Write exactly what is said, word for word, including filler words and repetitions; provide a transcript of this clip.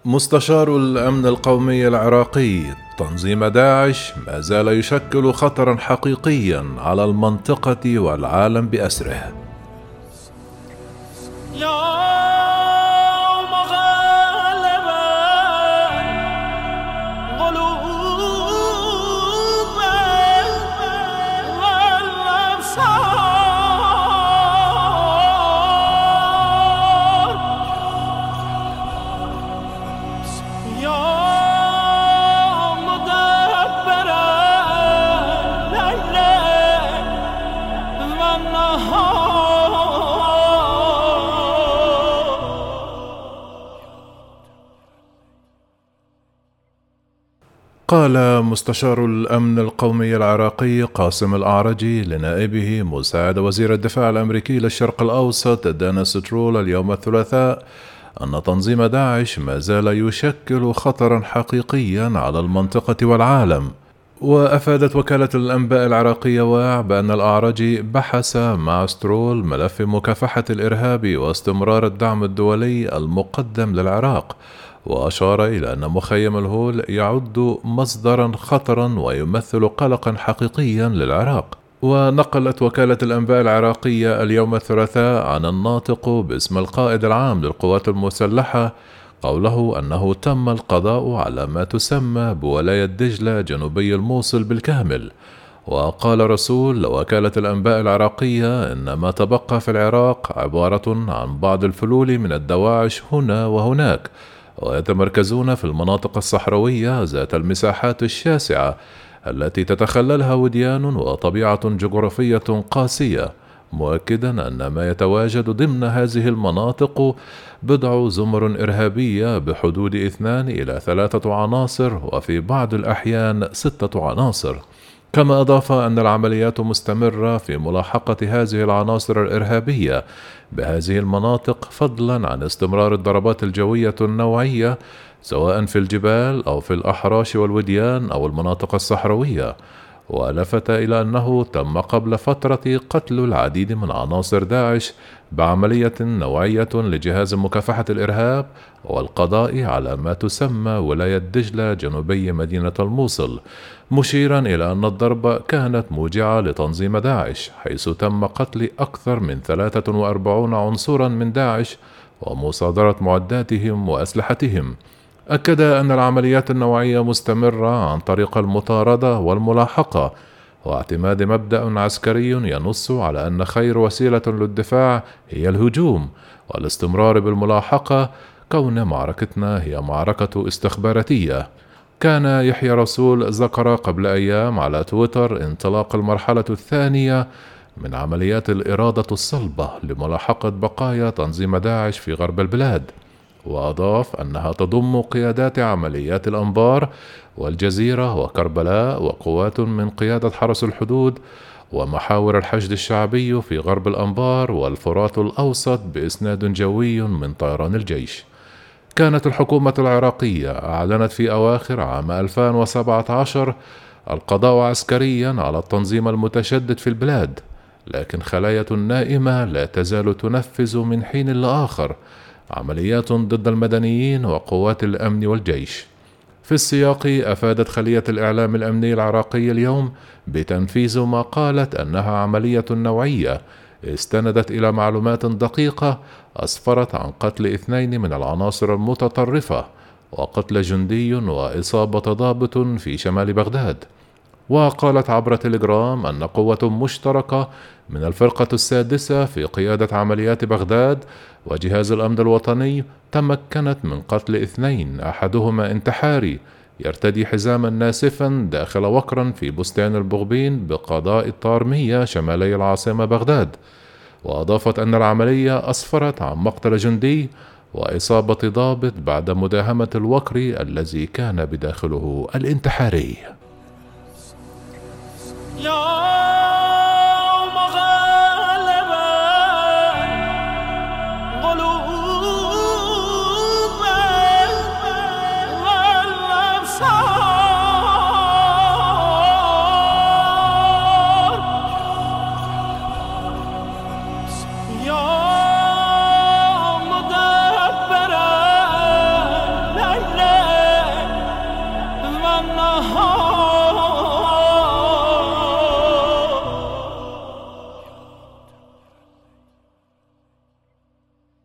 مستشار الأمن القومي العراقي: تنظيم داعش ما زال يشكل خطرا حقيقيا على المنطقة والعالم بأسره. قال مستشار الأمن القومي العراقي قاسم الأعرجي لنائبه مساعد وزير الدفاع الأمريكي للشرق الأوسط دانيس سترول اليوم الثلاثاء أن تنظيم داعش ما زال يشكل خطرا حقيقيا على المنطقة والعالم. وأفادت وكالة الأنباء العراقية واع بأن الأعرجي بحث مع سترول ملف مكافحة الإرهاب واستمرار الدعم الدولي المقدم للعراق، وأشار إلى أن مخيم الهول يعد مصدرا خطرا ويمثل قلقا حقيقيا للعراق. ونقلت وكالة الأنباء العراقية اليوم الثلاثاء عن الناطق باسم القائد العام للقوات المسلحة قوله أنه تم القضاء على ما تسمى بولاية دجلة جنوبي الموصل بالكامل. وقال رسول لوكالة الأنباء العراقية إن ما تبقى في العراق عبارة عن بعض الفلول من الدواعش هنا وهناك، ويتمركزون في المناطق الصحراوية ذات المساحات الشاسعة التي تتخللها وديان وطبيعة جغرافية قاسية، مؤكدا أن ما يتواجد ضمن هذه المناطق بضع زمر إرهابية بحدود اثنان إلى ثلاثة عناصر، وفي بعض الأحيان ستة عناصر. كما أضاف أن العمليات مستمرة في ملاحقة هذه العناصر الإرهابية بهذه المناطق، فضلا عن استمرار الضربات الجوية النوعية سواء في الجبال أو في الأحراش والوديان أو المناطق الصحراوية. ولفت إلى أنه تم قبل فترة قتل العديد من عناصر داعش بعملية نوعية لجهاز مكافحة الإرهاب والقضاء على ما تسمى ولاية دجلة جنوبي مدينة الموصل، مشيرا إلى أن الضربة كانت موجعة لتنظيم داعش، حيث تم قتل أكثر من ثلاثة وأربعين عنصرا من داعش ومصادرة معداتهم وأسلحتهم. أكد أن العمليات النوعية مستمرة عن طريق المطاردة والملاحقة واعتماد مبدأ عسكري ينص على أن خير وسيلة للدفاع هي الهجوم، والاستمرار بالملاحقة كون معركتنا هي معركة استخباراتية. كان يحيى رسول ذكر قبل أيام على تويتر انطلاق المرحلة الثانية من عمليات الإرادة الصلبة لملاحقة بقايا تنظيم داعش في غرب البلاد، وأضاف أنها تضم قيادات عمليات الأنبار والجزيرة وكربلاء وقوات من قيادة حرس الحدود ومحاور الحشد الشعبي في غرب الأنبار والفرات الأوسط بإسناد جوي من طيران الجيش. كانت الحكومة العراقية أعلنت في أواخر عام ألفين وسبعة عشر القضاء عسكريا على التنظيم المتشدد في البلاد، لكن خلايا نائمة لا تزال تنفذ من حين لآخر عمليات ضد المدنيين وقوات الأمن والجيش. في السياق أفادت خلية الإعلام الأمني العراقي اليوم بتنفيذ ما قالت أنها عملية نوعية استندت إلى معلومات دقيقة أسفرت عن قتل اثنين من العناصر المتطرفة وقتل جندي وإصابة ضابط في شمال بغداد. وقالت عبر تليجرام أن قوة مشتركة من الفرقة السادسة في قيادة عمليات بغداد وجهاز الأمن الوطني تمكنت من قتل اثنين، أحدهما انتحاري يرتدي حزاما ناسفا داخل وكرا في بستان البغبين بقضاء الطارمية شمالي العاصمة بغداد. وأضافت أن العملية أسفرت عن مقتل جندي وإصابة ضابط بعد مداهمة الوكر الذي كان بداخله الانتحاري. the heart.